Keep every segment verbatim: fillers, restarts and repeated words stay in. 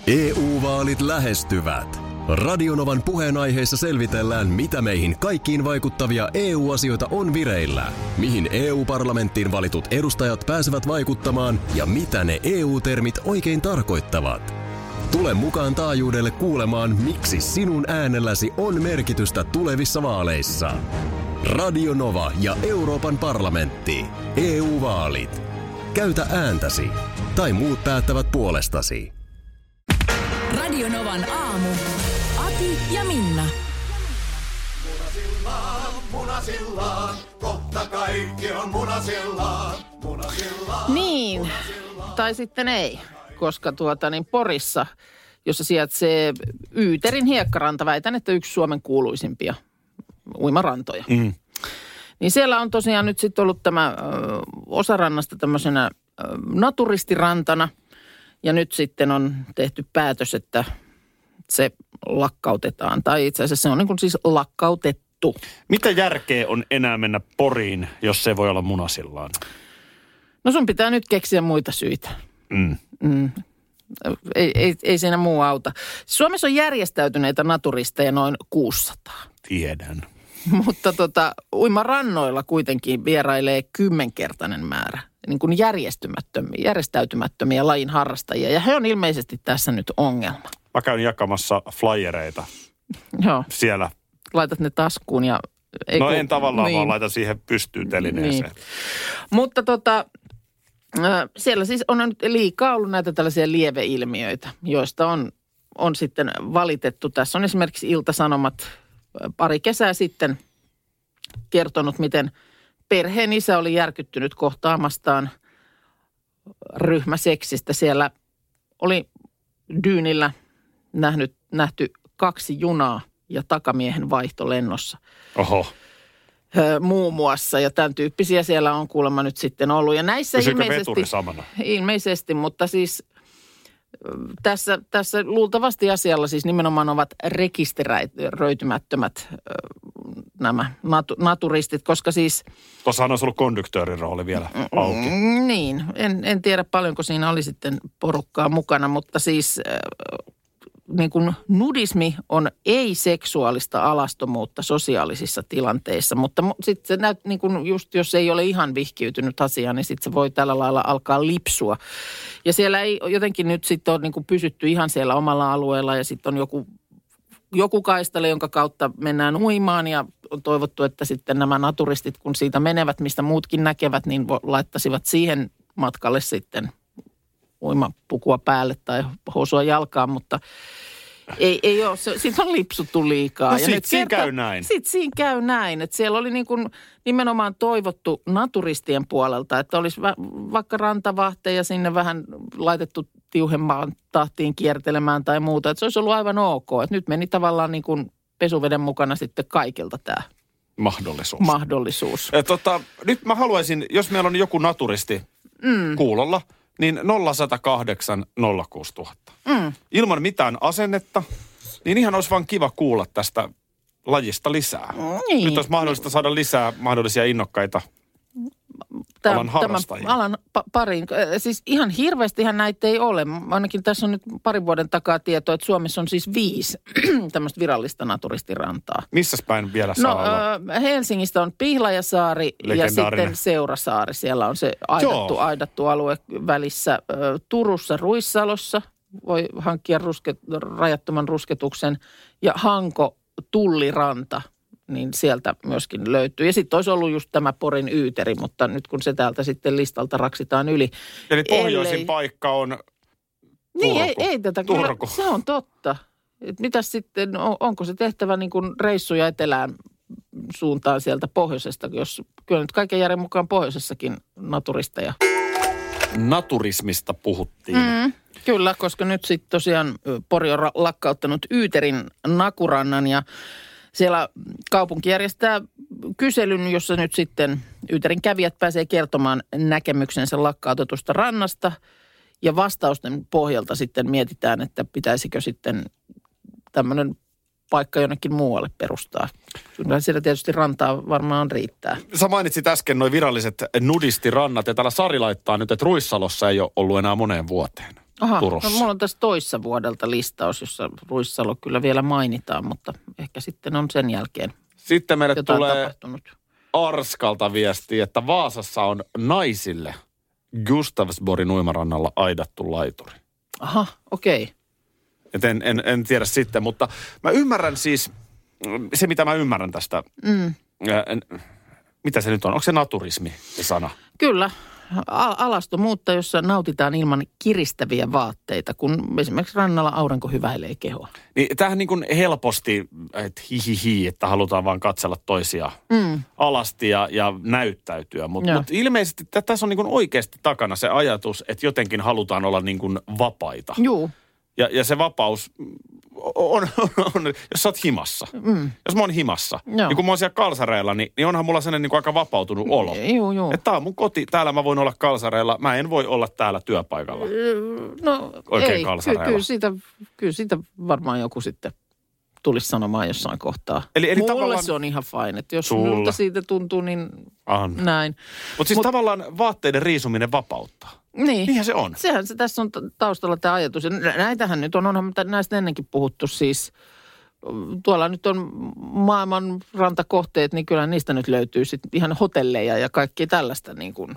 E U-vaalit lähestyvät. Radionovan puheenaiheessa selvitellään, mitä meihin kaikkiin vaikuttavia E U-asioita on vireillä, mihin E U-parlamenttiin valitut edustajat pääsevät vaikuttamaan ja mitä ne E U-termit oikein tarkoittavat. Tule mukaan taajuudelle kuulemaan, miksi sinun äänelläsi on merkitystä tulevissa vaaleissa. Radio Nova ja Euroopan parlamentti. E U-vaalit. Käytä ääntäsi. Tai muut päättävät puolestasi. Radio Novan aamu. Ati ja Minna. Munasillaan, munasillaan, kohta kaikki on munasillaan. Munasillaan, niin, munasillaan. Tai sitten ei, koska tuota niin Porissa, jossa sijaitsee Yyterin hiekkaranta, väitän, että yksi Suomen kuuluisimpia uimarantoja. Mm. Niin siellä on tosiaan nyt sitten ollut tämä ö, osa rannasta tämmöisenä ö, naturistirantana. Ja nyt sitten on tehty päätös, että se lakkautetaan. Tai itse asiassa se on niin kuin siis lakkautettu. Mitä järkeä on enää mennä Poriin, jos se voi olla Munasillaan? No sun pitää nyt keksiä muita syitä. Mm. Mm. Ei, ei, ei siinä muu auta. Suomessa on järjestäytyneitä naturisteja noin kuusisataa. Tiedän. Mutta tota, uimarannoilla kuitenkin vierailee kymmenkertainen määrä niin kuin järjestymättömiä, järjestäytymättömiä lajin harrastajia. Ja he on ilmeisesti tässä nyt ongelma. Mä käyn jakamassa flyereita Joo. siellä. Laitat ne taskuun ja... Ei no kun, en tavallaan, niin. vaan laitan siihen pystyyn telineeseen. Niin. Mutta tota, äh, siellä siis on nyt liikaa ollut näitä tällaisia lieveilmiöitä, joista on, on sitten valitettu. Tässä on esimerkiksi Ilta-Sanomat pari kesää sitten kertonut, miten perheen isä oli järkyttynyt kohtaamastaan ryhmäseksistä. Siellä oli dyynillä nähnyt, nähty kaksi junaa ja takamiehen vaihto lennossa. Oho. Muun muassa, ja tämän tyyppisiä siellä on kuulemma nyt sitten ollut. Ja näissä Pysyykö ilmeisesti, veturi samana? Ilmeisesti, mutta siis tässä, tässä luultavasti asialla siis nimenomaan ovat rekisteröitymättömät nämä natu, naturistit, koska siis... Tuossahan olisi ollut konduktöörin rooli vielä auki. Mm, niin, en, en tiedä paljonko siinä oli sitten porukkaa mukana, mutta siis... Niin kuin nudismi on ei-seksuaalista alastomuutta sosiaalisissa tilanteissa, mutta sitten se näyt, niin kuin just jos ei ole ihan vihkiytynyt asiaan, niin sitten se voi tällä lailla alkaa lipsua. Ja siellä ei jotenkin nyt sitten ole niin kuin pysytty ihan siellä omalla alueella ja sitten on joku, joku kaistale, jonka kautta mennään uimaan ja on toivottu, että sitten nämä naturistit, kun siitä menevät, mistä muutkin näkevät, niin laittaisivat siihen matkalle sitten uimapukua päälle tai housua jalkaan, mutta ei, ei ole, se, siitä on lipsuttu liikaa. No ja sit siinä käy näin. Sitten siinä käy näin, että siellä oli niin kuin nimenomaan toivottu naturistien puolelta, että olisi va, vaikka rantavahteja sinne vähän laitettu tiuhempaan tahtiin kiertelemään tai muuta, että se olisi ollut aivan ok. Että nyt meni tavallaan niin kuin pesuveden mukana sitten kaikilta tämä mahdollisuus. mahdollisuus. Ja tota, nyt mä haluaisin, jos meillä on joku naturisti mm. kuulolla, niin nolla yksi nolla kahdeksan nolla kuusi nolla nolla nolla. Mm. Ilman mitään asennetta, niin ihan olisi vaan kiva kuulla tästä lajista lisää. Niin. Nyt olisi mahdollista saada lisää mahdollisia innokkaita Tämä, alan harrastajia. Tämä alan pa- pariin. Siis ihan hirveästihän näitä ei ole. Ainakin tässä on nyt parin vuoden takaa tietoa, että Suomessa on siis viisi tämmöistä virallista naturistirantaa. Missäs päin vielä saa no, olla? Äh, Helsingistä on Pihlajasaari ja sitten Seurasaari. Siellä on se aidattu, aidattu alue välissä. Äh, Turussa Ruissalossa voi hankkia ruske, rajattoman rusketuksen ja Hanko Tulliranta. Niin sieltä myöskin löytyy. Ja sitten olisi ollut just tämä Porin Yyteri, mutta nyt kun se täältä sitten listalta raksitaan yli. Eli pohjoisin ellei... paikka on Turku. Niin, ei, ei tätä Turku. Kyllä, se on totta. Et mitäs sitten, on, onko se tehtävä niin kuin reissuja etelään suuntaan sieltä pohjoisesta, jos kyllä nyt kaiken järjen mukaan pohjoisessakin naturisteja. Naturismista puhuttiin. Mm, kyllä, koska nyt sitten tosiaan Pori on lakkauttanut Yyterin Nakurannan ja siellä kaupunki järjestää kyselyn, jossa nyt sitten Yyterin kävijät pääsee kertomaan näkemyksensä lakkautetusta rannasta. Ja vastausten pohjalta sitten mietitään, että pitäisikö sitten tämmöinen paikka jonnekin muualle perustaa. Kyllä siellä tietysti rantaa varmaan riittää. Sä mainitsit äsken nuo viralliset nudistirannat ja täällä Sari laittaa nyt, että Ruissalossa ei ole ollut enää moneen vuoteen. Aha, Turussa. no mulla on tässä toissa vuodelta listaus, jossa Ruissalo kyllä vielä mainitaan, mutta ehkä sitten on sen jälkeen Sitten meille jotain tulee tapahtunut. Arskalta viestiä, että Vaasassa on naisille Gustavsborgin uimarannalla aidattu laituri. Aha, okei. Okay. Et en, en, en tiedä sitten, mutta mä ymmärrän siis, se mitä mä ymmärrän tästä, mm. ää, en, mitä se nyt on, onko se naturismi se sana? Kyllä, Al- alastomuutta, jossa nautitaan ilman kiristäviä vaatteita, kun esimerkiksi rannalla aurinko hyväilee kehoa. Niin tämähän niin kuin helposti, että hihihi, että halutaan vaan katsella toisia mm. alasti ja, ja näyttäytyä. Mutta mut ilmeisesti tässä on niin kuin oikeasti takana se ajatus, että jotenkin halutaan olla niin kuin vapaita. Joo. Ja, ja se vapaus on, on, on, jos sä oot himassa. Mm. Jos mä oon himassa, Joo. niin kun mä oon siellä kalsareilla, niin, niin onhan mulla sellainen niin kuin aika vapautunut olo. Joo, joo. Että tää on mun koti, täällä mä voin olla kalsareilla, mä en voi olla täällä työpaikalla. No Oikein ei, kalsareilla. Ky- kyllä, siitä, kyllä siitä varmaan joku sitten tulisi sanomaan jossain kohtaa. Eli, eli Mulle tavallaan se on ihan fine, että jos sulla. minulta siitä tuntuu, niin On. näin. Mutta siis Mut, tavallaan vaatteiden riisuminen vapauttaa. Niin. Niinhän se on. Sehän se tässä on taustalla tämä ajatus. Ja näitähän nyt on, onhan näistä ennenkin puhuttu siis. Tuolla nyt on maailman rantakohteet, niin kyllä niistä nyt löytyy sitten ihan hotelleja ja kaikki tällaista niin kuin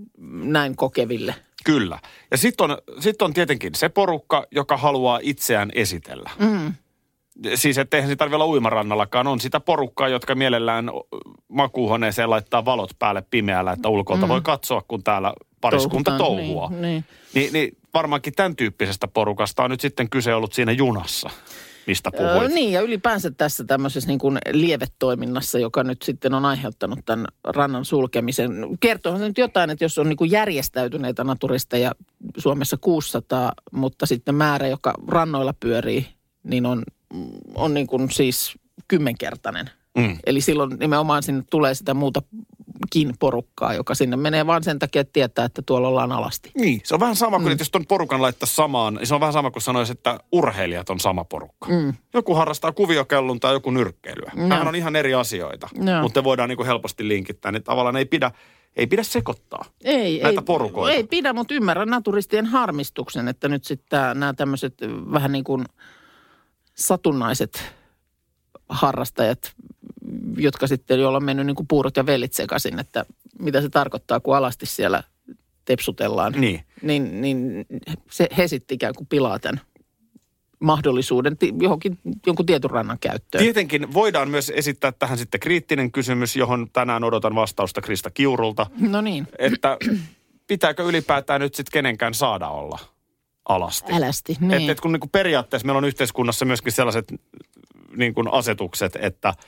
näin kokeville. Kyllä. Ja sitten on, sit on tietenkin se porukka, joka haluaa itseään esitellä. Mm. Siis että eihän se tarvitse olla uimarannallakaan. On sitä porukkaa, jotka mielellään makuuhuoneeseen laittaa valot päälle pimeällä, että ulkolta mm. voi katsoa, kun täällä pariskunta touhua. Niin, niin. Ni, niin varmaankin tämän tyyppisestä porukasta on nyt sitten kyse ollut siinä junassa, mistä puhuit. Öö, niin, ja ylipäänsä tässä tämmöisessä niin kuin lievetoiminnassa, joka nyt sitten on aiheuttanut tämän rannan sulkemisen. Kertoohan se nyt jotain, että jos on niin kuin järjestäytyneitä naturisteja Suomessa kuusisataa, mutta sitten määrä, joka rannoilla pyörii, niin on, on niin kuin siis kymmenkertainen. Mm. Eli silloin nimenomaan sinne tulee sitä muutakin porukkaa, joka sinne menee vaan sen takia, että tietää, että tuolla ollaan alasti. Niin, se on vähän sama kuin, mm. että jos tuon porukan laittaa samaan, niin se on vähän sama kuin sanoisi, että urheilijat on sama porukka. Mm. Joku harrastaa kuviokellun tai joku nyrkkeilyä. No. Nämä on ihan eri asioita, no. mutta voidaan niin kuin helposti linkittää. Niin tavallaan ei pidä, ei pidä sekoittaa ei, näitä ei, porukoita. Ei pidä, mutta ymmärrän naturistien harmistuksen, että nyt sitten nämä tämmöiset vähän niin kuin satunnaiset harrastajat, jotka sitten, joilla on mennyt niin kuin puurot ja vellit sekaisin, että mitä se tarkoittaa, kun alasti siellä tepsutellaan. Niin. Niin, niin se, he sitten ikään kuin pilaa tämän mahdollisuuden johonkin jonkun tietyn rannan käyttöön. Tietenkin voidaan myös esittää tähän sitten kriittinen kysymys, johon tänään odotan vastausta Krista Kiurulta. No niin. Että pitääkö ylipäätään nyt sitten kenenkään saada olla alasti? Älästi, niin. Että et kun niinku periaatteessa meillä on yhteiskunnassa myöskin sellaiset niin kuin asetukset, että äh,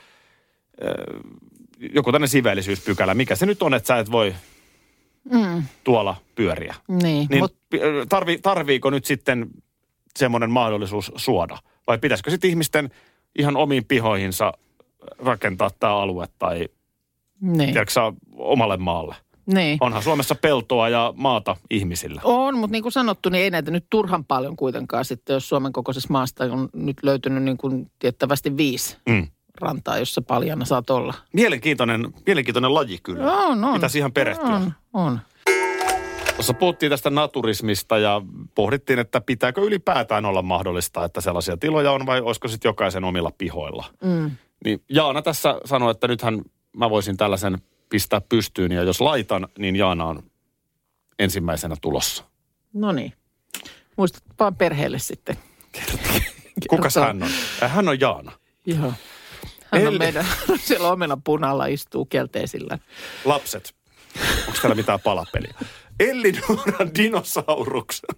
joku tämmöinen siveellisyyspykälä, mikä se nyt on, että sä et voi mm. tuolla pyöriä. Niin. niin mut... tarvi, tarviiko nyt sitten semmoinen mahdollisuus suoda? Vai pitäisikö sitten ihmisten ihan omiin pihoihinsa rakentaa tämä alue tai niin. tiedätkö, omalle maalle? Niin. Onhan Suomessa peltoa ja maata ihmisillä. On, mutta niin kuin sanottu, niin ei näitä nyt turhan paljon kuitenkaan sitten, jos Suomen kokoisessa maasta on nyt löytynyt niin kuin tiettävästi viisi mm. rantaa, jossa paljana saat olla. Mielenkiintoinen, mielenkiintoinen laji kyllä. On, on. Pitäisi ihan perehtyä. On, on. Tuossa puhuttiin tästä naturismista ja pohdittiin, että pitääkö ylipäätään olla mahdollista, että sellaisia tiloja on vai olisiko sitten jokaisen omilla pihoilla. Mm. Niin Jaana tässä sanoi, että nythän mä voisin tällaisen pistää pystyyn ja jos laitan, niin Jaana on ensimmäisenä tulossa. No niin. Muistat vaan perheelle sitten. Kukas hän on? Hän on Jaana. Joo. Hän Eli... on meidän, siellä omena punalla istuu kelteisillä. Lapset, onko täällä mitään palapeliä? Ellinuoran dinosauruksena.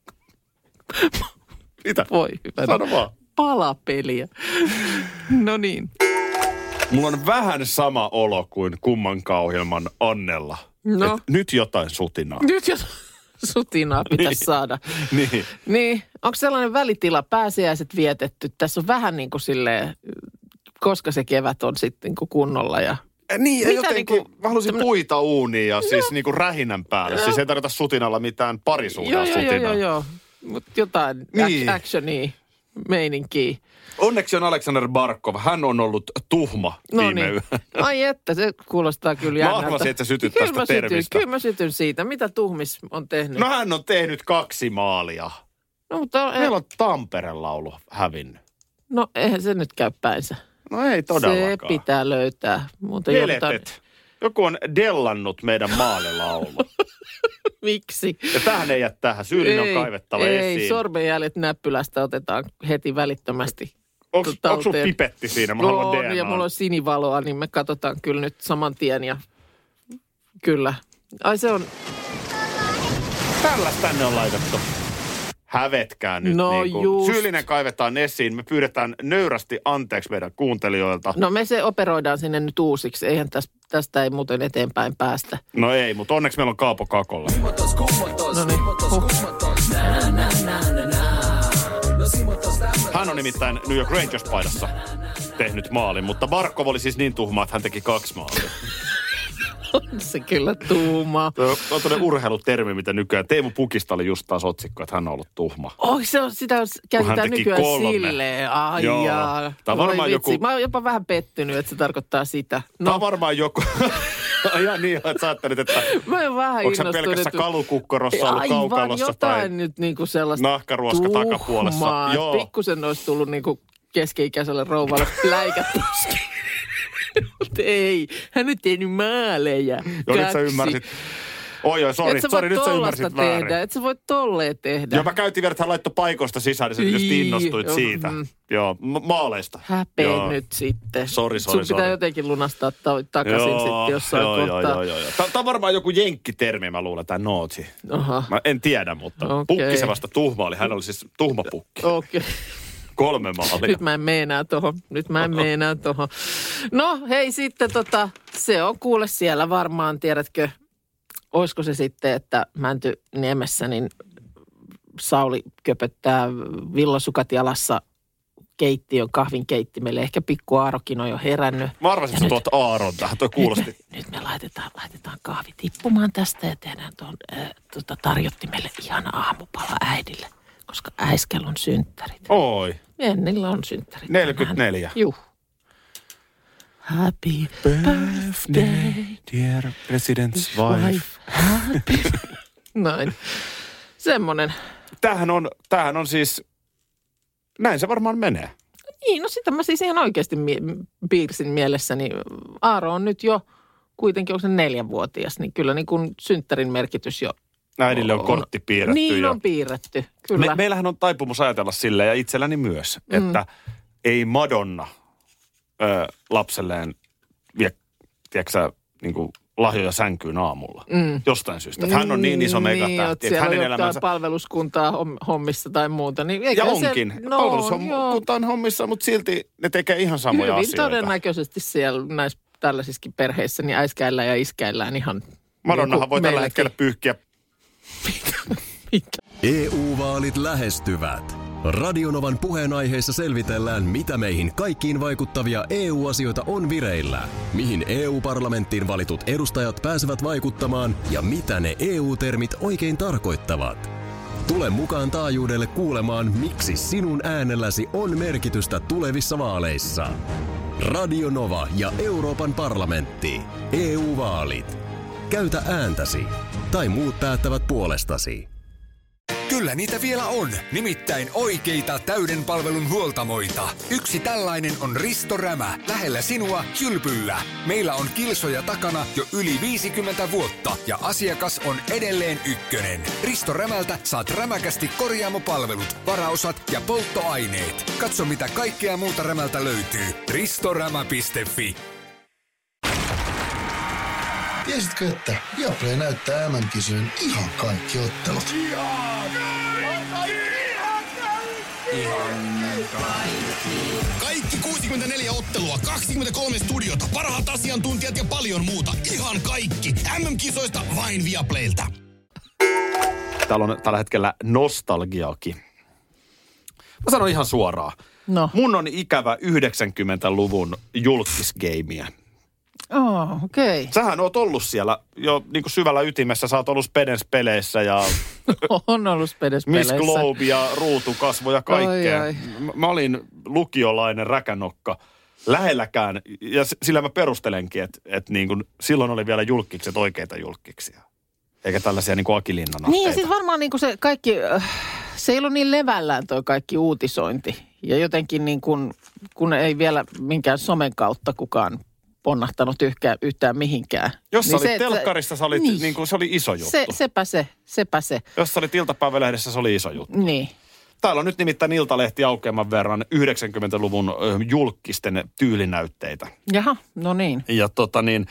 Mitä? Voi hyvä. Sano vaan. Palapeliä. No niin. Mulla on vähän sama olo kuin kummankaan ohjelman Annella. No. Et nyt jotain sutinaa. Nyt jotain sutinaa pitäisi niin. saada. Niin. Niin. Onko sellainen välitila, pääsiäiset vietetty? Tässä on vähän niin kuin silleen, koska se kevät on sitten niin kuin kunnolla ja... Niin, ja jotenkin, niin kuin, mä halusin tämmönen... puita uuniin ja siis niin kuin rähinän päälle. No. Siis ei tarvita sutinalla mitään parisuudaa sutinaa. Joo, joo, joo, joo. Mutta jotain niin. actionia. meininkiä. Onneksi on Aleksander Barkov. Hän on ollut tuhma No viime niin. yönä. Ai että, se kuulostaa kyllä Mä jännältä. arvasin, että sä sytyt Kyllä tästä mä sytyn, termistä. Kyllä mä sytyn siitä. Mitä Tuhmis on tehnyt? No hän on tehnyt kaksi maalia. No, mutta Meillä on Tampereen laulu hävinnyt. no eihän se nyt käy päinsä. No ei todellakaan. Se pitää löytää. Muuten joudutaan... Heletet. Joku on dellannut meidän maalilaulu. Miksi? Ja tähän ei jää tähän. Syyllinen on kaivettava ei, esiin. Ei, sormenjäljet näppylästä otetaan heti välittömästi. Onko talteen. sulla pipetti siinä? Mä No haluan on, D N A. ja mulla on sinivaloa, niin me katsotaan kyllä nyt saman tien. Ja... Kyllä. Ai se on... Tälläs tänne on laitettu. Hävetkää nyt. No niin kuin just. Syyllinen kaivetaan esiin. Me pyydetään nöyrästi anteeksi meidän kuuntelijoilta. No me se operoidaan sinne nyt uusiksi. Eihän tästä, tästä ei muuten eteenpäin päästä. No ei, mutta onneksi meillä on Kaapo Kakolla. No niin. Huh. Hän on nimittäin New York Rangers-paidassa tehnyt maalin, mutta Barkov oli siis niin tuhma, että hän teki kaksi maalia. On se kyllä tuumaa. Tuo on todella urheilutermi, mitä nykyään. Teemu Pukista oli just taas otsikko, että hän on ollut tuhma. Oh, se on, sitä hän käytetään teki nykyään kolme. silleen. Ai Joo. jaa. Tämä on Voi varmaan vitsi. joku- Mä oon jopa vähän pettynyt, että se tarkoittaa sitä. No. Tämä No, on varmaan joku... Ja niin, että sä ajattelit, että mä oon vähän onko sä innostunut. pelkässä kalukukkorossa ollut Aivan kaukalossa jotain tai nyt niinku sellaista nahkaruoska takapuolessa. tuhmaa. Joo. Pikkusen olisi tullut niinku keski-ikäiselle rouvalle läikät poski. Mutta ei, hän on tehnyt maaleja. Joo, nyt sä Kaksi. ymmärsit. Oi, oi, sori, Et sä sori, voi nyt sä tollasta ymmärsit väärin. tehdä, et sä voi tolleen tehdä. Joo, mä käytin vielä, että hän laittoi paikoista sisään, niin sä just Ii, innostuit joo, siitä. mm. Joo, ma- maaleista. Häpeä Joo. nyt sitten. Sori, sori, Sun pitää sori. jotenkin lunastaa ta- takaisin Joo, sitten jossain joo, kohtaa. Joo, joo, joo. Tämä on varmaan joku jenkkitermi, mä luulen, tämä nootsi. Aha. Mä en tiedä, mutta Okei. pukki se vasta tuhma oli. Hän oli siis tuhmapukki. Okei. Okay. Kolme maalia. Nyt mä en mene enää tohon. Nyt mä en mene enää tohon. No hei sitten tota, se on kuule siellä varmaan, tiedätkö, olisiko se sitten, että Mäntyniemessä niin Sauli köpöttää villasukat jalassa keittiön kahvin keittimelle. Ehkä pikku Aarokin on jo herännyt. Mä arvasin, että sä tuot Aaron tähän. Toi kuulosti. Nyt, nyt me laitetaan, laitetaan kahvi tippumaan tästä ja tehdään tuon äh, tota, tarjottimelle ihana aamupala äidille, koska äiskel on synttärit. Oi. Ennillä on synttärit. neljäkymmentäneljä. Juh. Happy birthday, dear president's wife. Happy. Näin. Semmonen. Tämähän on, tämähän on siis, näin se varmaan menee. Niin, no sitä mä siis ihan oikeasti mie- piirsin mielessäni. Aaro on nyt jo kuitenkin, onko se neljänvuotias, niin kyllä niin kuin synttärin merkitys jo. Äidille on kortti piirretty. Niin ja on piirretty, kyllä. Me, meillähän on taipumus ajatella silleen, ja itselläni myös, mm. että ei Madonna ö, lapselleen vie, tiedätkö sä, niin kuin lahjoja sänkyyn aamulla. Mm. Jostain syystä. Että hän on niin iso megatähti, niin, että hänen on elämänsä... palveluskuntaa hom- hommissa tai muuta. Niin Ja onkin. Se, no, palveluskunta on hommissa, mutta silti ne tekee ihan samoja hyvin asioita. todennäköisesti siellä näissä tällaisissakin perheissä niin äiskäillään ja iskäillään ihan... Madonnahan voi tällä meilläkin. hetkellä pyyhkiä. E U-vaalit lähestyvät. Radionovan puheenaiheessa selvitellään, mitä meihin kaikkiin vaikuttavia E U-asioita on vireillä, mihin E U-parlamenttiin valitut edustajat pääsevät vaikuttamaan ja mitä ne E U-termit oikein tarkoittavat. Tule mukaan taajuudelle kuulemaan, miksi sinun äänelläsi on merkitystä tulevissa vaaleissa. Radio Nova ja Euroopan parlamentti. E U-vaalit. Käytä ääntäsi. Tai muut päättävät puolestasi. Kyllä niitä vielä on, nimittäin oikeita täyden palvelun huoltamoita. Yksi tällainen on Risto Rämä, lähellä sinua, Kylpyllä. Meillä on kilsoja takana jo yli viisikymmentä vuotta ja asiakas on edelleen ykkönen. Risto Rämältä saat rämäkästi korjaamopalvelut, varaosat ja polttoaineet. Katso mitä kaikkea muuta Rämältä löytyy. ristorämä piste fi. Tiesitkö, että Viaplay näyttää M M-kisojen ihan kaikki ottelut? Kaikki kuusikymmentäneljä ottelua, kaksikymmentäkolme studiota, parhaat asiantuntijat ja paljon muuta. Ihan kaikki. M M-kisoista vain Viaplaylta. Täällä on tällä hetkellä nostalgiakin. Mä sanon ihan suoraan. No. Mun on ikävä yhdeksänkymmentäluvun julkisgeimiä. Oh, okei. Okay. Sähän oot ollut siellä jo niin kuin syvällä ytimessä. Sä oot ollut Spedens-peleissä ja on ollut Spedens-peleissä. Miss Globe ja ruutukasvo ja kaikkea. Ai, ai. Mä olin lukiolainen räkänokka lähelläkään. Ja sillä mä perustelenkin, että, että niin kuin silloin oli vielä julkkikset oikeita julkkiksia. Eikä tällaisia niin kuin Aki Linnan Niin ja sitten varmaan niin kuin se kaikki, se ei ollut niin levällään toi kaikki uutisointi. Ja jotenkin niin kuin, kun ei vielä minkään somen kautta kukaan ponnahtanut yhtään, yhtään mihinkään. Jos niin sä olit telkkarissa, sä olit, niin, niin kuin, se oli iso juttu. Se, sepä se, sepä se. Jos sä olit iltapäivälehdessä, se oli iso juttu. Niin. Täällä on nyt nimittäin Iltalehti aukeaman verran yhdeksänkymmentäluvun yjulkkisten tyylinäytteitä. Jaha, no niin. Ja tota niin,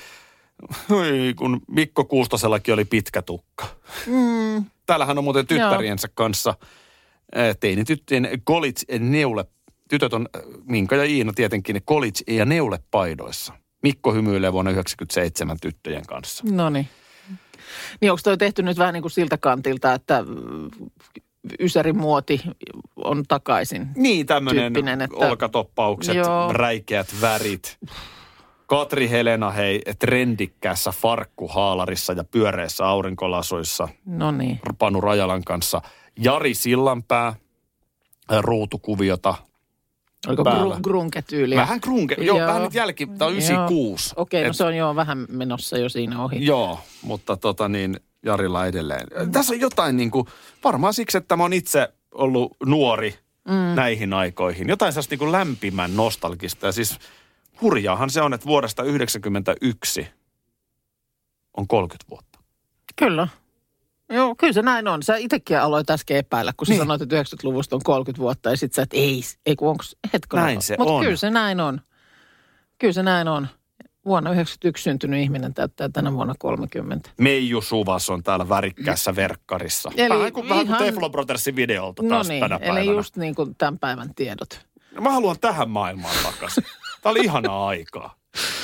kun Mikko Kuustosellakin oli pitkä tukka. Mm. Täällähän on muuten tyttäriensä Joo. kanssa teinityttöjen college-neule. Tytöt on Minka ja Iina tietenkin college- ja neule-paidoissa. Mikko hymyilee vuonna yhdeksänkymmentäseitsemän tyttöjen kanssa. No niin. Niin onko toi tehty nyt vähän niin kuin siltä kantilta, että Ysärin muoti on takaisin? Niin, tämmöinen että olkatoppaukset, joo. räikeät värit. Katri Helena hei trendikkäässä farkkuhaalarissa ja pyöreissä aurinkolasuissa. No niin. Panu Rajalan kanssa. Jari Sillanpää, ruutukuviota. Oliko gru- grunke-tyyliä? Vähän grunke, joo, joo. Vähän nyt jälki, tämä on yhdeksänkymmentäkuusi. Okei, okay, no se on jo vähän menossa jo siinä ohi. Joo, mutta tota niin, Jarilla edelleen. Mm. Tässä on jotain niin kuin, varmaan siksi, että mä oon itse ollut nuori mm. näihin aikoihin. Jotain sellaista niin kuin lämpimän nostalgista. Ja siis hurjaahan se on, että vuodesta yhdeksänkymmentäyksi on kolmekymmentä vuotta. Kyllä. Joo, kyllä se näin on. Sä itsekin aloit äsken epäillä, kun sä niin. sanoit, että yhdeksänkymmentäluvusta on kolmekymmentä vuotta ja sit sä, että ei, ei kun onko hetkonen. Näin se Mutta on. kyllä se näin on. Kyllä se näin on. Vuonna yhdeksänkymmentäyksi syntynyt ihminen täyttää tänä vuonna kolmekymmentä. Meiju Suvas on täällä värikkäässä verkkarissa. Eli vähän kuin, vähän kuin Teflon Brothersin videolta taas no niin, tänä päivänä. Eli just niin kuin tämän päivän tiedot. No mä haluan tähän maailmaan takaisin. Tää oli ihanaa aikaa.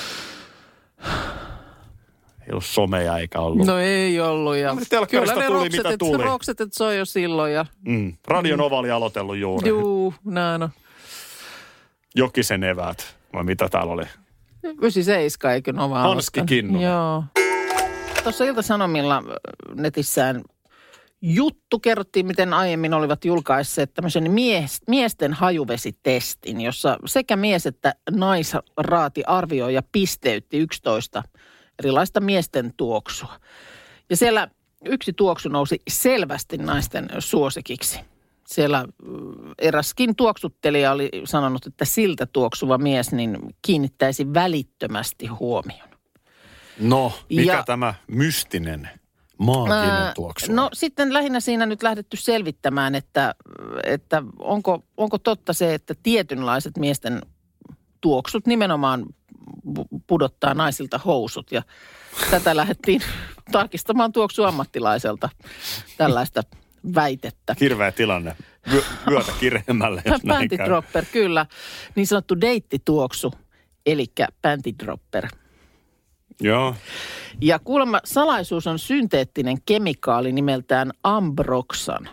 Ei ollut someja eikä ollut. No ei ollut. Ja kyllä ne tuli, mitä tuli. Roksetet soi jo silloin. Ja mm. Radio Nova oli aloitellut juuri. Juu, näin on. Jokisen eväät, vai mitä täällä oli? yhdeksänkymmentäseitsemän eikö Nova Hanski Kinnunen. Joo. Tuossa Ilta-Sanomilla netissään juttu kerrottiin, miten aiemmin olivat julkaisseet tämmöisen mies, miesten hajuvesitestin, jossa sekä mies että naisraati arvioi ja pisteytti yksitoista erilaista miesten tuoksua. Ja siellä yksi tuoksu nousi selvästi naisten suosikiksi. Siellä eräskin tuoksuttelija oli sanonut, että siltä tuoksuva mies niin kiinnittäisi välittömästi huomion. No, mikä ja, tämä mystinen maaginen tuoksu? No sitten lähinnä siinä nyt lähdetty selvittämään, että, että onko, onko totta se, että tietynlaiset miesten tuoksut nimenomaan pudottaa naisilta housut. Ja tätä lähdettiin tarkistamaan tuoksuammattilaiselta tällaista väitettä. Hirveä tilanne. Vyö, vyötä kireemmälle, jos näin käy. Pantidropper, kyllä. Niin sanottu deittituoksu, eli pantidropper. Joo. Ja kuulemma salaisuus on synteettinen kemikaali nimeltään ambroxan.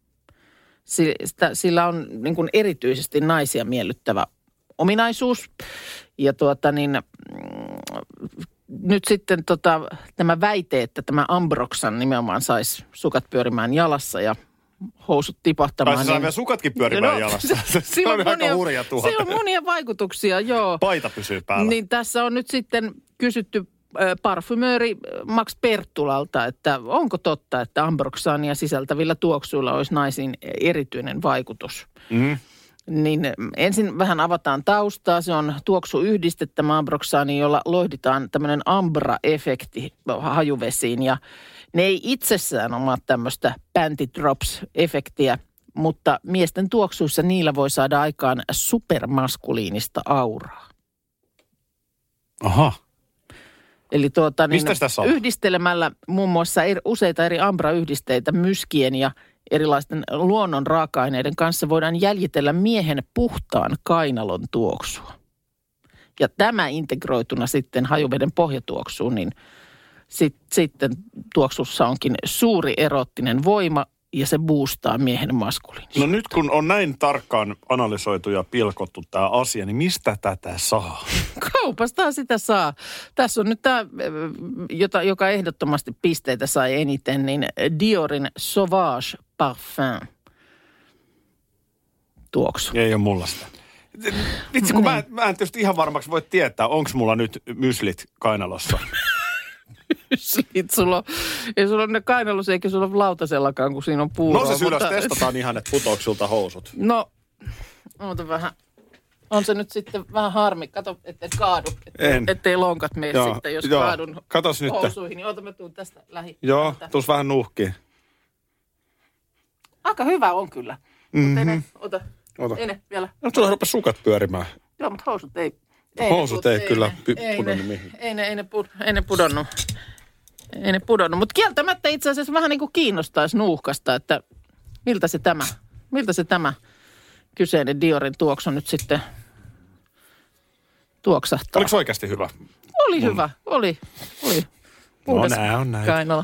Sillä on niin kuin erityisesti naisia miellyttävä ominaisuus. Ja tuota niin, nyt sitten tota, tämä väite, että tämä ambroxan nimenomaan saisi sukat pyörimään jalassa ja housut tipahtamaan. Tai se saa niin, vielä sukatkin pyörimään no, jalassa. Se, se on monia, aika hurja tuote. Sillä on monia vaikutuksia, joo. Paita pysyy päällä. Niin tässä on nyt sitten kysytty äh, parfymööri Max Perttulalta, että onko totta, että ambroxania sisältävillä tuoksuilla olisi naisiin erityinen vaikutus. Mm. Niin ensin vähän avataan taustaa. Se on tuoksuyhdiste tämä ambroxani, jolla loihditaan tämmöinen ambra-efekti hajuvesiin. Ja ne ei itsessään omaa tämmöistä panty drops-efektiä, mutta miesten tuoksuissa niillä voi saada aikaan supermaskuliinista auraa. Aha. Eli tuota, niin mistä yhdistelemällä muun muassa eri, useita eri ambra-yhdisteitä myskien ja erilaisten luonnon raaka-aineiden kanssa voidaan jäljitellä miehen puhtaan kainalon tuoksua. Ja tämä integroituna sitten hajuveden pohjatuoksuun, niin sit, sitten tuoksussa onkin suuri eroottinen voima ja se boostaa miehen maskuliinisuutta. No nyt kun on näin tarkkaan analysoitu ja pilkottu tämä asia, niin mistä tätä saa? Kaupasta sitä saa. Tässä on nyt tämä, jota, joka ehdottomasti pisteitä sai eniten, niin Diorin Sauvage Parfum tuoksu. Ei ole mulla sitä. Vitsi, kun niin. mä, mä en tietysti ihan varmaksi voi tietää, onko mulla nyt myslit kainalossa. Myslit, sulla on, ei sulla ole ne kainalossa eikä sulla ole lautasellakaan, kun siinä on puuroa. No se ylös, mutta... testataan ihan, että putoako sulta housut. No, oota vähän. On se nyt sitten vähän harmi. Kato, ettei kaadu. Ettei, en. ettei lonkat mene joo, sitten, jos joo. kaadun Katos housuihin. Nyt. Niin oota, mä tuun tästä lähi. Joo, tuus vähän nuuhkiin. Aika hyvä on kyllä. Mm-hmm. Mutta ei ne, ota. Ota. Ei ne vielä. No tuolla rupesi sukat pyörimään. Joo, mutta housut ei. ei housut ne, ei, ei kyllä ne, py, pudonnut mihin. Ei ne, ei ne, pud, ei ne pudonnut. Ei ne pudonnut. Mutta kieltämättä itse asiassa vähän niin kuin kiinnostaisi nuuhkasta, että miltä se tämä, miltä se tämä kyseinen Diorin tuoksu nyt sitten tuoksahtaa. Oliko oikeasti hyvä? Oli Mun... hyvä, oli. oli. No nää on näin. Kainala.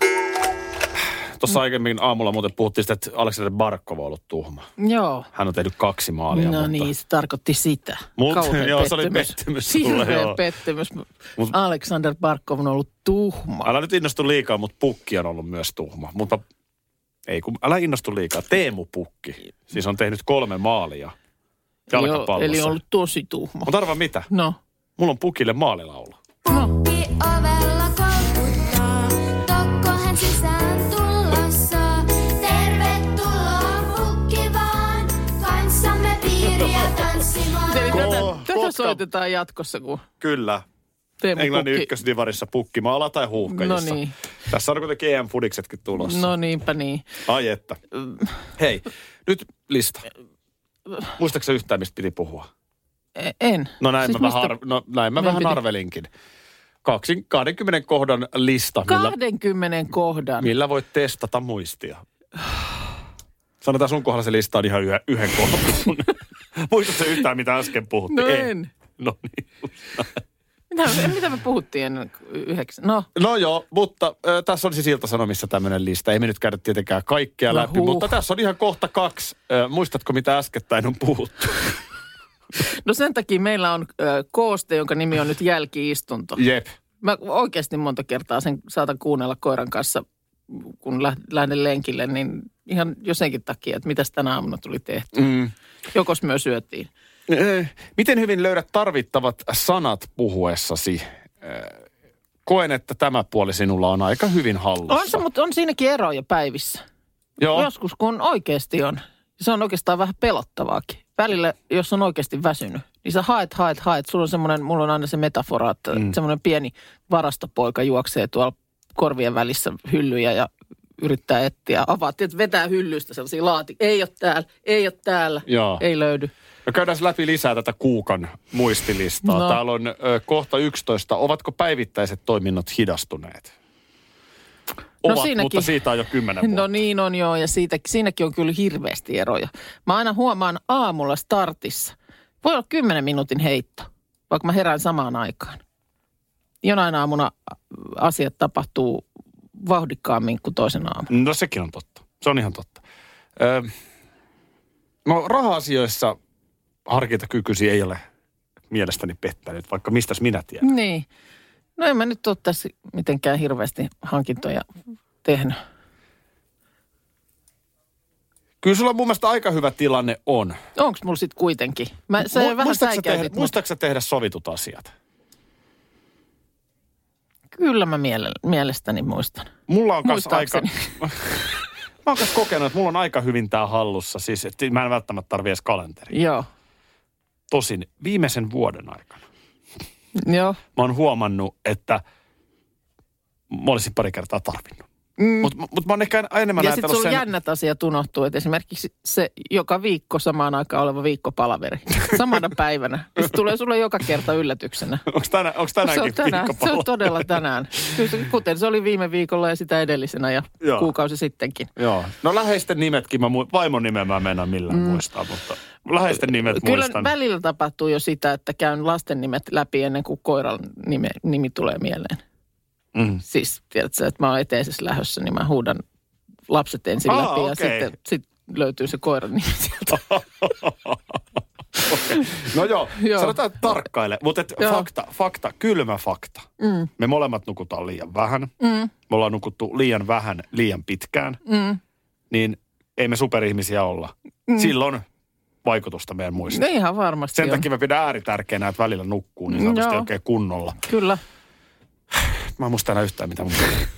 Tuossa aiemmin aamulla muuten puhuttiin sitä, että Aleksander Barkov on ollut tuhma. Joo. Hän on tehnyt kaksi maalia. No mutta... niin, se tarkoitti sitä. Mutta joo, se oli pettymys sulle. Hirveä pettymys. Mut... Aleksander Barkov on ollut tuhma. Älä nyt innostu liikaa, mutta Pukki on ollut myös tuhma. Mutta ei kun, älä innostu liikaa. Teemu Pukki. Siis on tehnyt kolme maalia jalkapallossa. Joo, eli on ollut tosi tuhma. Mutta arva mitä? No. Mulla on Pukille maalilaulu. No. Pukki ovella kolkuttaa, tokko hän sisään tulossa. Tervetuloa Pukki vaan, kanssamme piiriä tanssimaan. Eli tätä, tätä soitetaan jatkossa, kun... Kyllä. Teemu Englannin Pukki. ykkösdivarissa pukkimaala tai huuhkajissa. No niin. Tässä on kuitenkin E M-fudiksetkin tulossa. No niinpä niin. Ai että. Hei, nyt lista. Muistaaksä yhtään, mistä piti puhua? En. No näin siis mä, mistä... vähän, ar- no, näin mä vähän piti... arvelinkin. Kaksi, kahdenkymmenen kohdan lista. kahdenkymmenen millä, kohdan? Millä voit testata muistia. Sanotaan sun kohdalla se lista on ihan yhden, yhden kohdan. Muistatko yhtään, mitä äsken puhuttiin? No en. No niin. Mitä, mitä me puhuttiin ennen yhdeksän? No. No joo, mutta äh, tässä on siis Ilta-Sanomissa tämmöinen lista. Ei me nyt käydä tietenkään kaikkea no läpi, huh. mutta tässä on ihan kohta kaksi. Äh, muistatko, mitä äskettäin on puhuttu? No sen takia meillä on äh, kooste, jonka nimi on nyt jälki-istunto. Jep. Mä oikeasti monta kertaa sen saatan kuunnella koiran kanssa, kun lähden lenkille, niin ihan jo senkin takia, että mitäs tänä aamuna tuli tehty. Mm. Jokos myös syötiin. Miten hyvin löydät tarvittavat sanat puhuessasi? Koen, että tämä puoli sinulla on aika hyvin hallussa. On se, mutta on siinäkin eroja päivissä. Joo. Joskus, kun oikeasti on. Se on oikeastaan vähän pelottavaakin. Välillä, jos on oikeasti väsynyt, niin sä haet, haet, haet. Sulla on semmoinen, mulla on aina se metafora, että mm. semmoinen pieni varastopoika juoksee tuolla korvien välissä hyllyjä ja yrittää etsiä. Avaat, että vetää hyllystä sellaisia laatikoita. Ei ole täällä, ei ole täällä, Joo. ei löydy. Ja käydään läpi lisää tätä Kuukan muistilistaa. No. Täällä on ö, kohta yksitoista. Ovatko päivittäiset toiminnot hidastuneet? Ovat, no mutta siitä on jo kymmenen vuotta. No niin on joo, ja siitä, siinäkin on kyllä hirveästi eroja. Mä aina huomaan aamulla startissa. Voi olla kymmenen minuutin heitto, vaikka mä herään samaan aikaan. Jonain aamuna asiat tapahtuu vauhdikkaammin kuin toisen aamun. No sekin on totta. Se on ihan totta. Öö, no raha-asioissa harkintakykysi ei ole mielestäni pettänyt, vaikka mistäs minä tiedän. Niin. No en mä nyt ole tässä mitenkään hirveästi hankintoja tehnyt. Kyllä sulla mun mielestä aika hyvä tilanne on. Onko mulla sitten kuitenkin? Mä, sä Mu- vähän säikäytit. Muistatko sä tehdä sovitut asiat? Kyllä mä miele- mielestäni muistan. Mulla on kanssa aika... Mä oon kanssa kokenut, että mulla on aika hyvin tää hallussa. Siis, että mä en välttämättä tarvitse edes kalenteria. Joo. Tosin viimeisen vuoden aikana. Joo. Mä oon huomannut, että mä olisin pari kertaa tarvinnut. Mm. Mutta mut mä oon ehkä enemmän ja ajatellut sen... Ja sit sulla jännät asiat unohtuu, että esimerkiksi se joka viikko samaan aikaan oleva viikkopalaveri. Samana päivänä. Se tulee sulle joka kerta yllätyksenä. Onko tänä, tänäänkin se tänään, viikkopala? Se on todella tänään. Kuten se oli viime viikolla ja sitä edellisenä ja Joo. kuukausi sittenkin. Joo. No läheisten nimetkin, mä mu- vaimon nimen mä mennä millään mm. muistaa, mutta läheisten nimet Kyllä muistan. Kyllä välillä tapahtuu jo sitä, että käyn lasten nimet läpi ennen kuin koiran nime, nimi tulee mieleen. Mm. Siis, tiedätkö, että mä oon eteisessä lähdössä, niin mä huudan lapset ensin Aa, läpi ja okay. sitten sit löytyy se koiran nimi sieltä. okay. No joo, Joo. sanotaan tarkkaile, mutta et Joo. fakta, fakta, kylmä fakta. Mm. Me molemmat nukutaan liian vähän. Mm. Me ollaan nukuttu liian vähän, liian pitkään. Mm. Niin ei me superihmisiä olla. Mm. Silloin vaikutusta meidän muista. No ihan varmasti Sen on. takia mä pidän ääritärkeänä, että välillä nukkuu niin sanotusti Joo. oikein kunnolla. Kyllä. Mä en muista enää yhtään mitä mun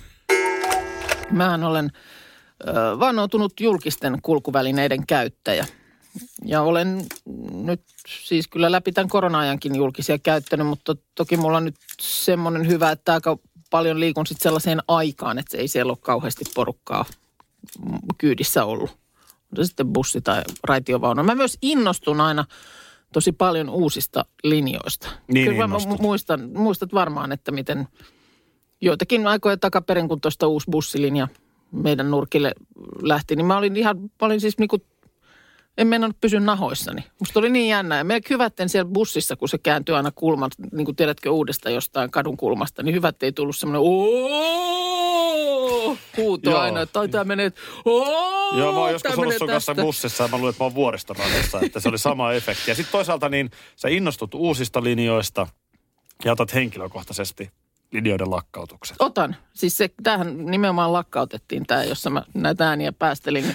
Mähän olen ö, vannoutunut julkisten kulkuvälineiden käyttäjä. Ja olen nyt siis kyllä läpi tämän korona-ajankin julkisia käyttänyt, mutta toki mulla on nyt semmoinen hyvä, että aika paljon liikun sitten sellaiseen aikaan, että ei siellä ole kauheasti porukkaa kyydissä ollut. On se sitten bussi tai raitiovaunu. Mä myös innostun aina tosi paljon uusista linjoista. Niin Kyllä mä innostut. muistan, muistat varmaan, että miten joitakin aikoja takaperin, kun tuosta uusi bussilinja meidän nurkille lähti, niin mä olin ihan, mä olin siis niinku, en mennä pysyä nahoissani. Musta oli niin jännä. Ja me hyvätten siellä bussissa, kun se kääntyi aina kulman, niin kuin tiedätkö uudesta jostain kadun kulmasta, niin hyvät ei tullut semmoinen ooo huuto Joo. aina, että tämä menee, ooo, Joo, mä oon joskus tää ollut menee sun kanssa tästä. bussissa ja mä luulen, että mä oon vuoristoradassa, että se oli sama efekti. Ja sitten toisaalta niin sä innostut uusista linjoista ja otat henkilökohtaisesti linjoiden lakkautukset. Otan. Siis se, tämähän nimenomaan lakkautettiin tämä, jossa mä näitä ääniä päästelin.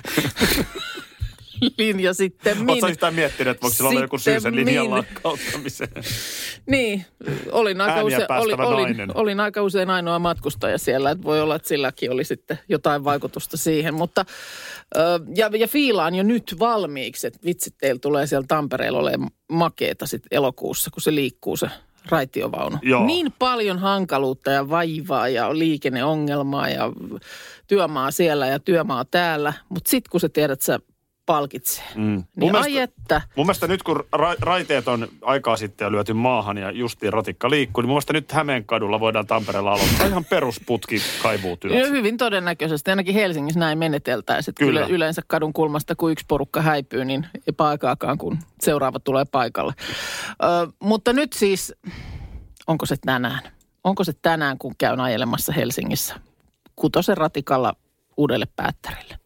Linja sitten min. Oletko yhtään miettinyt, että voiko sillä olla joku syy sen linjan min. lakkauttamiseen? Niin, olin aika, Ääniä usein, oli, päästävä olin, nainen. olin aika usein ainoa matkustaja siellä, että voi olla, että silläkin oli sitten jotain vaikutusta siihen. Mutta, ö, ja, ja fiilaan jo nyt valmiiksi, että vitsit, teillä tulee siellä Tampereella olemaan makeeta sitten elokuussa, kun se liikkuu se raitiovaunu. Joo. Niin paljon hankaluutta ja vaivaa ja liikenneongelmaa ja työmaa siellä ja työmaa täällä, mutta sitten kun sä tiedät, että sä palkitsee. Mm. Niin Mun ai mielestä- että. Mun mielestä nyt kun ra- raiteet on aikaa sitten jo lyöty maahan ja justiin ratikka liikkuu, niin mun mielestä nyt Hämeenkadulla voidaan Tampereella aloittaa ihan perusputki kaivuutyöt. No, hyvin todennäköisesti. Ainakin Helsingissä näin meneteltäisiin. Kyllä. Kyllä. Yleensä kadun kulmasta, kun yksi porukka häipyy, niin eipä aikaakaan, kun seuraava tulee paikalle. Ö, mutta nyt siis, onko se tänään? Onko se tänään, kun käyn ajelemassa Helsingissä kutosen ratikalla uudelle Päättärille?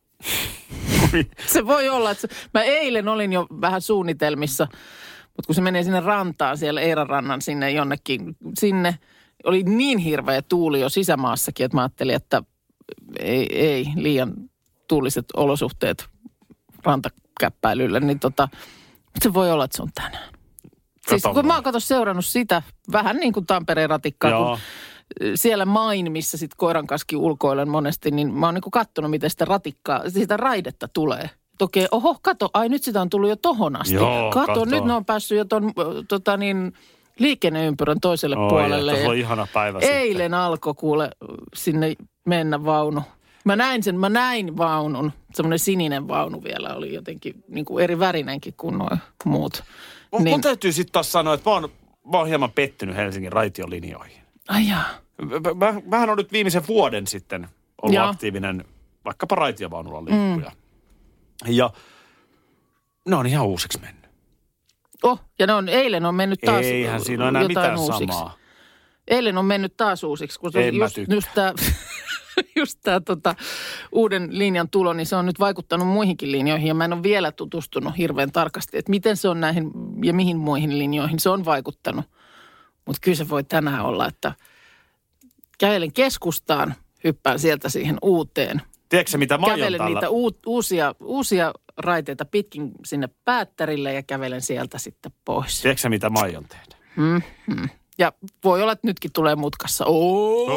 Se voi olla, että se, mä eilen olin jo vähän suunnitelmissa, mutta kun se menee sinne rantaan, siellä Eiranrannan sinne jonnekin, sinne oli niin hirveä tuuli jo sisämaassakin, että mä ajattelin, että ei, ei liian tuuliset olosuhteet rantakäppäilylle, niin tota, se voi olla, että se on tänään. Siis kun mä oon kato seurannut sitä, vähän niin kuin Tampereen ratikkaa, Joo. kun siellä main, missä sit koiran kaskin ulkoilen monesti, niin mä oon niinku kattonut, miten sitä ratikkaa, sitä raidetta tulee. Et okei, oho, kato, ai nyt sitä on tullut jo tohon asti. Joo, kato, kato. nyt ne on päässyt jo ton, ö, tota niin, liikenneympyrän toiselle Oi, puolelle. että se Ja on ihana päivä eilen sitten. alkoi kuule sinne mennä vaunu. Mä näin sen, mä näin vaunun. Semmoinen sininen vaunu vielä oli jotenkin niin kuin eri värinenkin kuin nuo muut. Mun, Niin- mun täytyy sitten taas sanoa, että mä oon, mä oon hieman pettynyt Helsingin raitiolinjoihin. Ai jaa. Mä, mähän on nyt viimeisen vuoden sitten ollut Joo. aktiivinen vaikkapa raitiovaunulla liikkuja. Mm. Ja ne on ihan uusiksi mennyt. Oh, ja ne on, eilen on mennyt taas Eihän siinä ole enää jotain mitään uusiksi. samaa. Eilen on mennyt taas uusiksi, kun se En mä just, tykkää. just tämä just tää, tota, uuden linjan tulo, niin se on nyt vaikuttanut muihinkin linjoihin. Ja mä en ole vielä tutustunut hirveän tarkasti, että miten se on näihin ja mihin muihin linjoihin se on vaikuttanut. Mutta kyllä se voi tänään olla, että kävelen keskustaan, hyppään sieltä siihen uuteen. Tiedätkö sä, mitä mä aion Kävelen tällä? niitä uut, uusia, uusia raiteita pitkin sinne Päättärille ja kävelen sieltä sitten pois. Tiedätkö sä, mitä mä aion tehdä? Mm-hmm. Ja voi olla, että nytkin tulee mutkassa. Oo!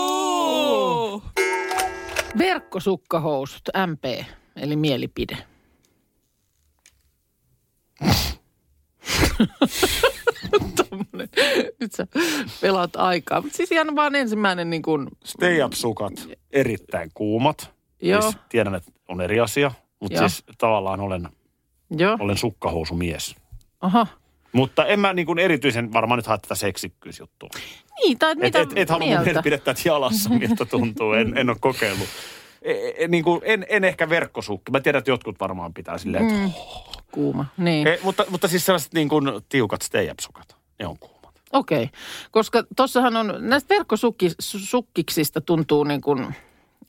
Oh! Verkkosukkahousut, M P, eli mielipide. Tommonen. Nyt sä pelaat aikaa. Mutta siis ihan vaan ensimmäinen niin kuin... Stay up-sukat, erittäin kuumat. Joo. Siis tiedän, että on eri asia, mutta Joo. siis tavallaan olen, Joo. olen sukkahousumies. Aha. Mutta en mä niin kuin erityisen varmaan nyt hae tätä seksikkyysjuttua. Niin, tai Et, mitä et, et halua mun mieltä? mielipidettä, että jalassa, miltä tuntuu. En, en ole kokeillut. E, e, niin kuin, en, en ehkä verkkosukki. Mä tiedän, että jotkut varmaan pitää silleen, että... Mm. Kuuma, niin. E, mutta, mutta siis sellaiset niin kuin tiukat stay-up-sukat, ne on kuumat. Okei, koska tossahan on, näistä verkkosukkiksista tuntuu niin kuin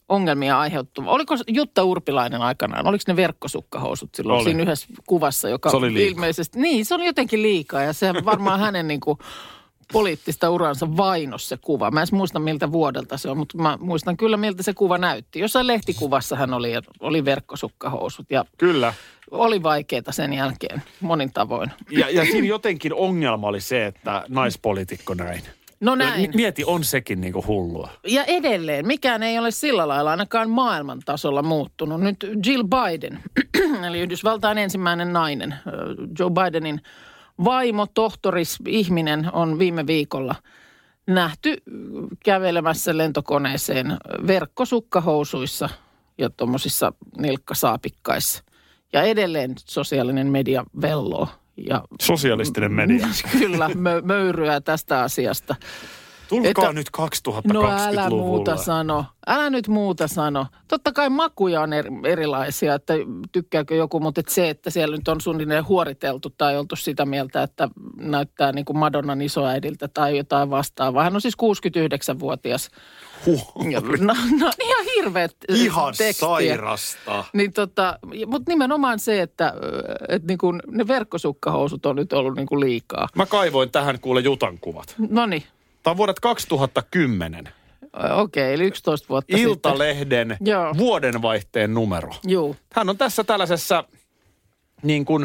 ongelmia aiheuttava. Oliko Jutta Urpilainen aikanaan, oliko ne verkkosukkahousut silloin Oli. siinä yhdessä kuvassa, joka Se oli liikaa. ilmeisesti, niin se on jotenkin liikaa ja se varmaan hänen niin kuin poliittista uransa vainos se kuva. Mä en muista miltä vuodelta se on, mutta mä muistan kyllä miltä se kuva näytti. Jossain lehtikuvassa hän oli, oli verkkosukkahousut ja Kyllä. oli vaikeaa sen jälkeen monin tavoin. Ja, ja siinä jotenkin ongelma oli se, että naispoliitikko näin. No Ja näin. mieti, on sekin niinku hullua. Ja edelleen, mikään ei ole sillä lailla ainakaan maailman tasolla muuttunut. Nyt Jill Biden, eli Yhdysvaltain ensimmäinen nainen, Joe Bidenin vaimo, tohtoris, ihminen on viime viikolla nähty kävelemässä lentokoneeseen verkkosukkahousuissa ja tuommoisissa nilkkasaapikkaissa. Ja edelleen sosiaalinen media velloo. Ja Sosialistinen media. Kyllä, mö, möyryää tästä asiasta. Tulkaa Että- nyt No kaksituhattakaksikymmentäluvulle. älä muuta sano. Älä nyt muuta sano. Totta kai makuja on eri, erilaisia, että tykkääkö joku, mutta et se, että siellä nyt on suunnilleen huoriteltu tai oltu sitä mieltä, että näyttää niin kuin Madonnan isoäidiltä tai jotain vastaavaa. Hän on siis kuusikymmentäyhdeksänvuotias. Huh. Ja, no, no ihan hirveät Ihan tekstiä. sairasta. Niin tota, mutta nimenomaan se, että, että niin kuin ne verkkosukkahousut on nyt ollut niin kuin liikaa. Mä kaivoin tähän kuule Jutan kuvat. No niin, Tämä on vuodet kaksituhattakymmenen. okei, eli yksitoista vuotta sitten. Iltalehden Joo. vuodenvaihteen numero. Joo. Hän on tässä tällaisessa niin kuin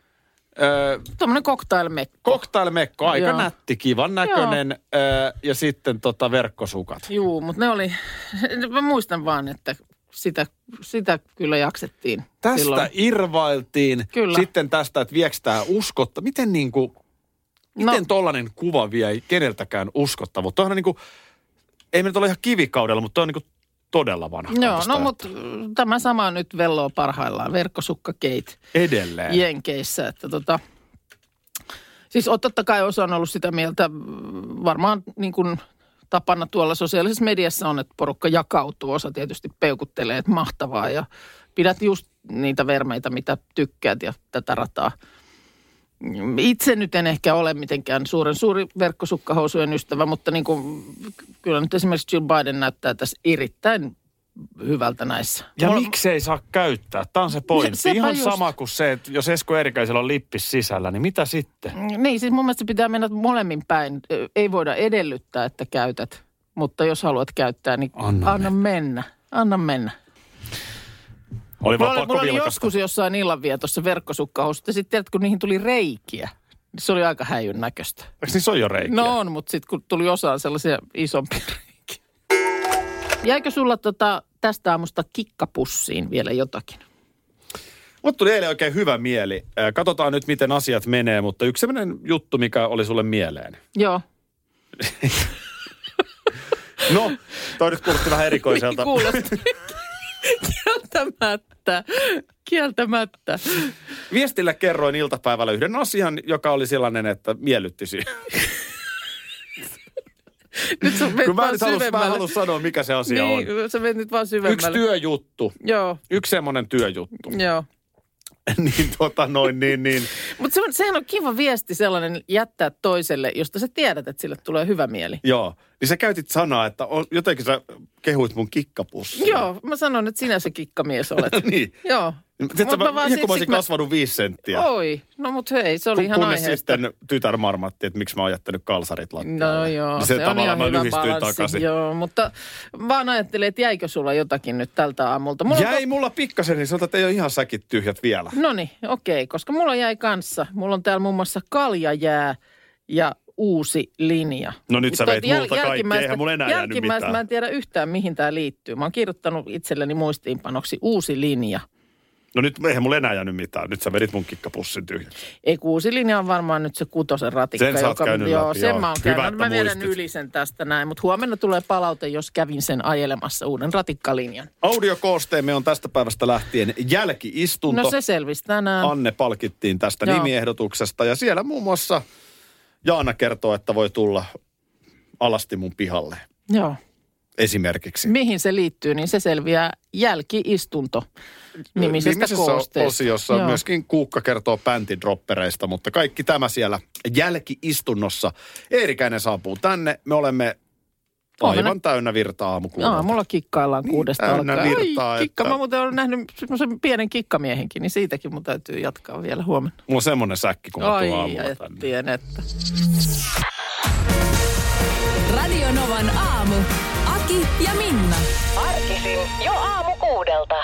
ö, Tuommoinen cocktailmekko. cocktailmekko, aika Joo. nätti, kivan näköinen ö, ja sitten tota verkkosukat. Juu, mutta ne oli, mä muistan vaan, että sitä, sitä kyllä jaksettiin Tästä silloin. irvailtiin. Kyllä. Sitten tästä, että viekö tämä uskotta. Miten niin kuin, miten No. tollainen kuva vie keneltäkään uskottavuutta? Tuohan on niin kuin, ei me nyt ole ihan kivikaudella, mutta on niin kuin todella vanha. Joo, no mutta tämä sama nyt velloo parhaillaan, verkkosukkakeit Edelleen. Jenkeissä, että tota, siis o- totta kai osa on ollut sitä mieltä, mm, varmaan niin kuin tapana tuolla sosiaalisessa mediassa on, että porukka jakautuu, osa tietysti peukuttelee, että mahtavaa ja pidät just niitä vermeitä, mitä tykkäät ja tätä rataa. Itse nyt en ehkä ole mitenkään suuren suuri verkkosukkahousujen ystävä, mutta niin kuin, kyllä nyt esimerkiksi Jill Biden näyttää tässä erittäin hyvältä näissä. Ja Mulla- miksei saa käyttää? Tämä on se pointti. Sepä Ihan just. sama kuin se, että jos Esko Eerikäisellä on lippis sisällä, niin mitä sitten? Niin, siis mun mielestä se pitää mennä molemmin päin. Ö, Ei voida edellyttää, että käytät, mutta jos haluat käyttää, niin Anna anna, mennä. Anna mennä. Oli Mulla vaan oli, pakko mulla oli vilkasta. joskus jossain illanvietossa verkkosukkahousut, ja sitten tiedät, kun niihin tuli reikiä, niin se oli aika häijyn näköistä. Eikö niissä ole jo reikiä? No on, mutta sitten kun tuli osaan sellaisia isompia reikiä. Jäikö sulla tota, tästä aamusta kikkapussiin vielä jotakin? Mut tuli eilen oikein hyvä mieli. Äh, Katsotaan nyt, miten asiat menee, mutta yksi sellainen juttu, mikä oli sulle mieleen. Joo. No, toi nyt kuulosti vähän erikoiselta. Kuulosti. Kieltämättä. Kieltämättä. Viestillä kerroin iltapäivällä yhden asian, joka oli sellainen, että miellytti sinua. Nyt sä menet Kun mä vaan nyt halus, mä syvemmälle. halus sanoa, mikä se asia on. Niin, sä menet nyt vaan syvemmälle. Yksi työjuttu. Joo, Yksi semmoinen työjuttu. joo. niin tota noin, niin, niin. Mutta se on, sehän on kiva viesti sellainen jättää toiselle, josta sä tiedät, että sille tulee hyvä mieli. Joo. Niin sä käytit sanaa, että on, jotenkin sä kehuit mun kikkapussia. Joo, mä sanon, että sinä se kikkamies olet. niin. Joo. Tiedätkö, Mut mä, mä vaan ihan kun sit- mä olisin sit mä- kasvanut viisi senttiä. Oi, no mut hei, se oli Kun, ihan kunnes aiheesta. sitten tytär marmatti, että miksi mä oon jättänyt kalsarit lattialle. No joo, niin se, se, on tavallaan ihan mä hyvä lyhistyin balanssi. takaisin. Joo, mutta vaan ajattelin, että jäikö sulla jotakin nyt tältä aamulta. Mulla Jäi on... mulla pikkasen, niin sanotaan, että ei ole ihan säkit tyhjät vielä. No niin, okei, koska mulla jäi kanssa. Mulla on täällä muun muassa kaljajää ja uusi linja. No nyt sä Mutta veit multa kaikki, jälkimmäistä- eihän mulla enää jäänyt jälkimmäistä mitään. Mä en tiedä yhtään, mihin tämä liittyy. Mä oon kirjoittanut itselleni muistiinpanoksi uusi linja. No nyt eihän mulla enää jäänyt mitään. Nyt sä vedit mun kikkapussin tyhjäksi. Ei, kun uusi linja on varmaan nyt se kutosen ratikka. Sen sä oot käynyt joo, läpi, sen joo. mä oon Hyvä, käynyt. että Mä vedän muistit. yli sen tästä näin, mutta huomenna tulee palaute, jos kävin sen ajelemassa uuden ratikkalinjan. Audiokoosteemme on tästä päivästä lähtien jälki-istunto. No se selvisi tänään. Anne palkittiin tästä Joo. nimiehdotuksesta ja siellä muun muassa Jaana kertoo, että voi tulla alasti mun pihalle Joo. esimerkiksi. Mihin se liittyy, niin se selviää jälki-istunto nimisestä Viimeisessä koosteesta. osiossa Joo. myöskin Kuukka kertoo bäntidroppereista, mutta kaikki tämä siellä jälki-istunnossa. Eerikäinen saapuu tänne. Me olemme Aivan Huomenna. täynnä virtaa aamukuudelta. Aamulla kikkaillaan niin, kuudesta alkaen. Virtaa, Ai, kikka. Että... Mä muuten olen nähnyt semmoisen pienen kikkamiehenkin, niin siitäkin mun täytyy jatkaa vielä huomenna. Mulla on semmoinen säkki, kun mä tuun aamulla Ai, tänne. Tiedettä. Radio Novan aamu. Aki ja Minna. Arkisin jo aamu kuudelta.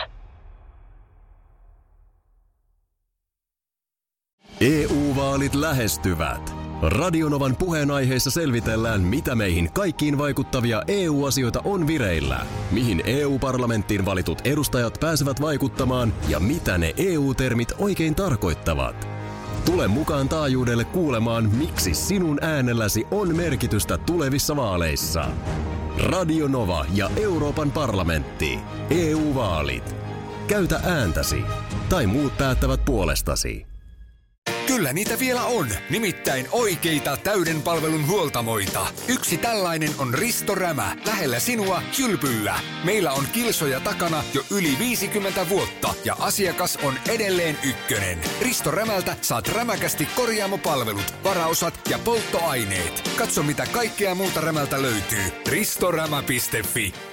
E U-vaalit lähestyvät. Radionovan puheenaiheessa selvitellään, mitä meihin kaikkiin vaikuttavia E U-asioita on vireillä, mihin E U-parlamenttiin valitut edustajat pääsevät vaikuttamaan ja mitä ne E U-termit oikein tarkoittavat. Tule mukaan taajuudelle kuulemaan, miksi sinun äänelläsi on merkitystä tulevissa vaaleissa. Radio Nova ja Euroopan parlamentti. E U-vaalit. Käytä ääntäsi. Tai muut päättävät puolestasi. Kyllä niitä vielä on, nimittäin oikeita täyden palvelun huoltamoita. Yksi tällainen on Risto Rämä, lähellä sinua, Kylpyllä. Meillä on kilsoja takana jo yli viisikymmentä vuotta ja asiakas on edelleen ykkönen. Risto Rämältä saat rämäkästi korjaamopalvelut, varaosat ja polttoaineet. Katso mitä kaikkea muuta Rämältä löytyy. ristorämä piste fi.